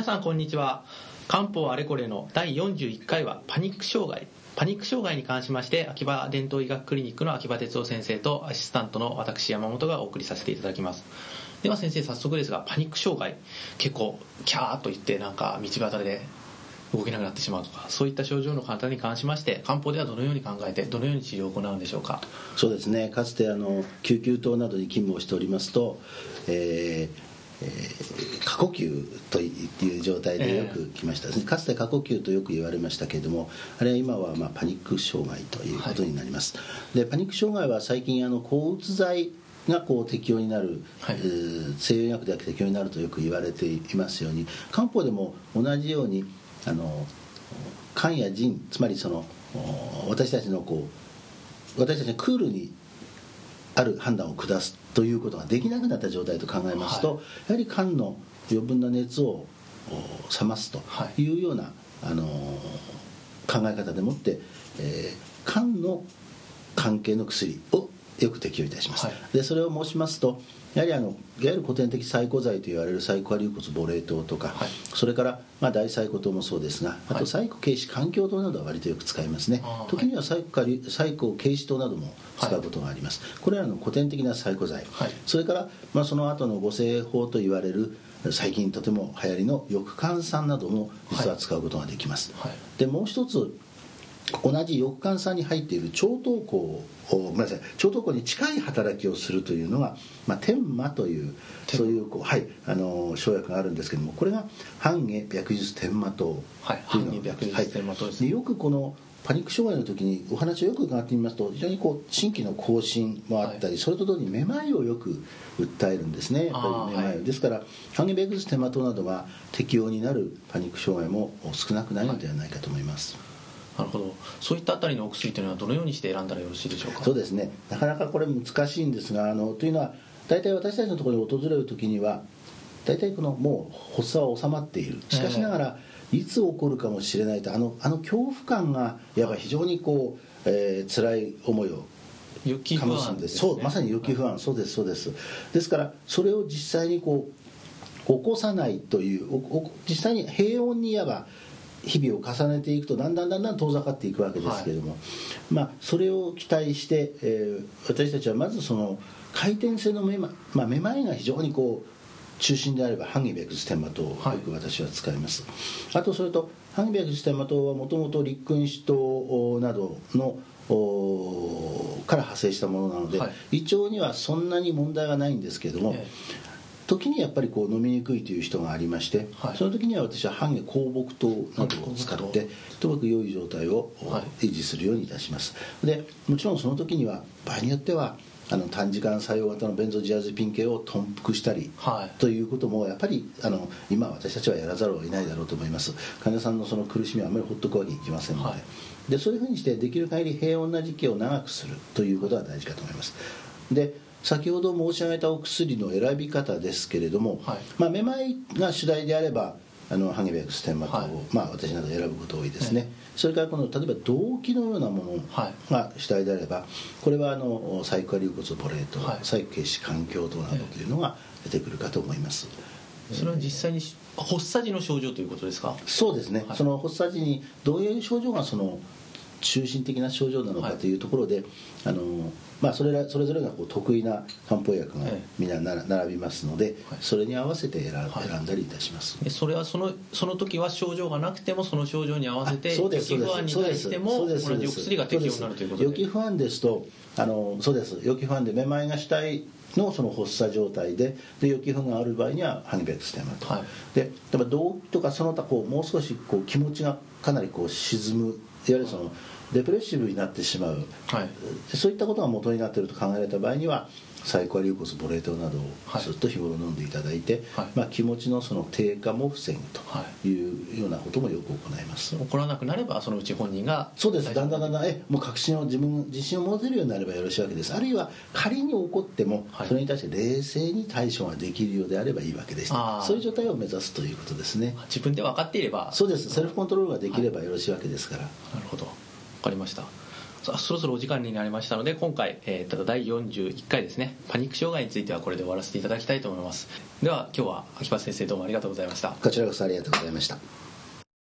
皆さんこんにちは。漢方あれこれの第41回はパニック障害に関しまして、秋葉伝統医学クリニックの秋葉哲夫先生とアシスタントの私山本がお送りさせていただきます。では先生、早速ですが、パニック障害、結構キャーっと言ってなんか道端で動けなくなってしまうとか、そういった症状の方に関しまして漢方ではどのように考えてどのように治療を行うんでしょうか。 そうですね、かつて救急棟などに勤務をしておりますと、過呼吸という状態でよく来ました、かつて過呼吸とよく言われましたけれども、あれは今はパニック障害ということになります、でパニック障害は最近抗うつ剤が適用になる、西洋薬では適用になるとよく言われていますように、漢方でも同じように肝や腎、つまり私たちのクールにある判断を下すということができなくなった状態と考えますと、やはり肝の余分な熱を冷ますというような、考え方でもって、肝の関係の薬をよく適用いたします、でそれを申しますと、やはりいわゆる古典的サイコ剤といわれるサイコアリュウコツボレー糖とか、それから大サイコ糖もそうですが、あとサイコ軽視環境糖などは割とよく使いますね、時にはサイコ軽視糖なども使うことがあります、これらの古典的なサイコ剤、それからその後の五製法といわれる最近とても流行りの翼甘酸なども実は使うことができます、でもう一つ、同じ翼甘酸に入っている超糖酵に近い働きをするというのが、天麻というそういう生薬があるんですけども、これが半夏白術天麻糖というのが、よくこのパニック障害の時にお話をよく伺ってみますと、非常に心機の更新もあったり、それと同時にめまいをよく訴えるんですね。やっぱりめまいですから、半夏白術天麻糖などが適用になるパニック障害も少なくないのではないかと思います、 なるほど。そういったあたりのお薬というのはどのようにして選んだらよろしいでしょうか。 そうですね、なかなかこれ難しいんですが、というのは大体私たちのところに訪れる時には大体もう発作は収まっている、しかしながらいつ起こるかもしれないと、恐怖感がやっぱり非常に辛い思いをかもすんです。そう、まさに予期不安、そうですそうです。ですからそれを実際に起こさないという、実際に平穏にいわば日々を重ねていくとだんだん遠ざかっていくわけですけれども、それを期待して、私たちはまず回転性のめまいが非常に中心であれば半夏白術天麻糖をよく私は使います、あとそれと半夏白術天麻糖はもともと立君子糖などのから派生したものなので、胃腸にはそんなに問題はないんですけれども、時にやっぱり飲みにくいという人がありまして、その時には私は半夏香木糖などを使ってともかく良い状態を維持するようにいたします。でもちろんその時には場合によっては短時間作用型のベンゾジアゼピン系を頓服したり、ということもやっぱり今私たちはやらざるを得ないだろうと思います。患者さんのその苦しみはあまりほっとくわけにいきませんので、そういうふうにしてできる限り平穏な時期を長くするということが大事かと思います。で先ほど申し上げたお薬の選び方ですけれども、めまいが主題であれば半夏白術天麻糖を、私など選ぶことが多いですね、それから例えば動悸のようなものが主体であれば、これはサイコアリュウコツボレー糖、サイコ軽視環境糖などというのが出てくるかと思います、 それは実際に発作時の症状ということですか。 そうですね、その発作時にどういう症状が中心的な症状なのかというところで、それぞれが得意な漢方薬がみんな並びますので、それに合わせて選んだりいたします。 それはその時は症状がなくてもその症状に合わせて予期不安に対しても同じお薬が適用になるということで、 予期不安ですとそうです、予期不安でめまいが主体の発作状態で予期不安がある場合には半夏白術天麻糖、で例えば動悸とかその他もう少し気持ちがかなり沈む、いわゆるデプレッシブになってしまう、そういったことが元になっていると考えられた場合にはサイコアリュウコツボレー糖などをずっと日頃飲んでいただいて、気持ちの低下も防ぐというようなこともよく行います。 起こらなくなればそのうち本人が、 そうです、だんだんもう確信を自信を持てるようになればよろしいわけです。あるいは仮に起こってもそれに対して冷静に対処ができるようであればいいわけです。そういう状態を目指すということですね。 自分で分かっていれば、 そうです、セルフコントロールができればよろしいわけですから。 なるほど、分かりました。 そろそろお時間になりましたので、今回、第41回ですね、パニック障害についてはこれで終わらせていただきたいと思います。では今日は秋葉先生、どうもありがとうございました。 こちらこそありがとうございました。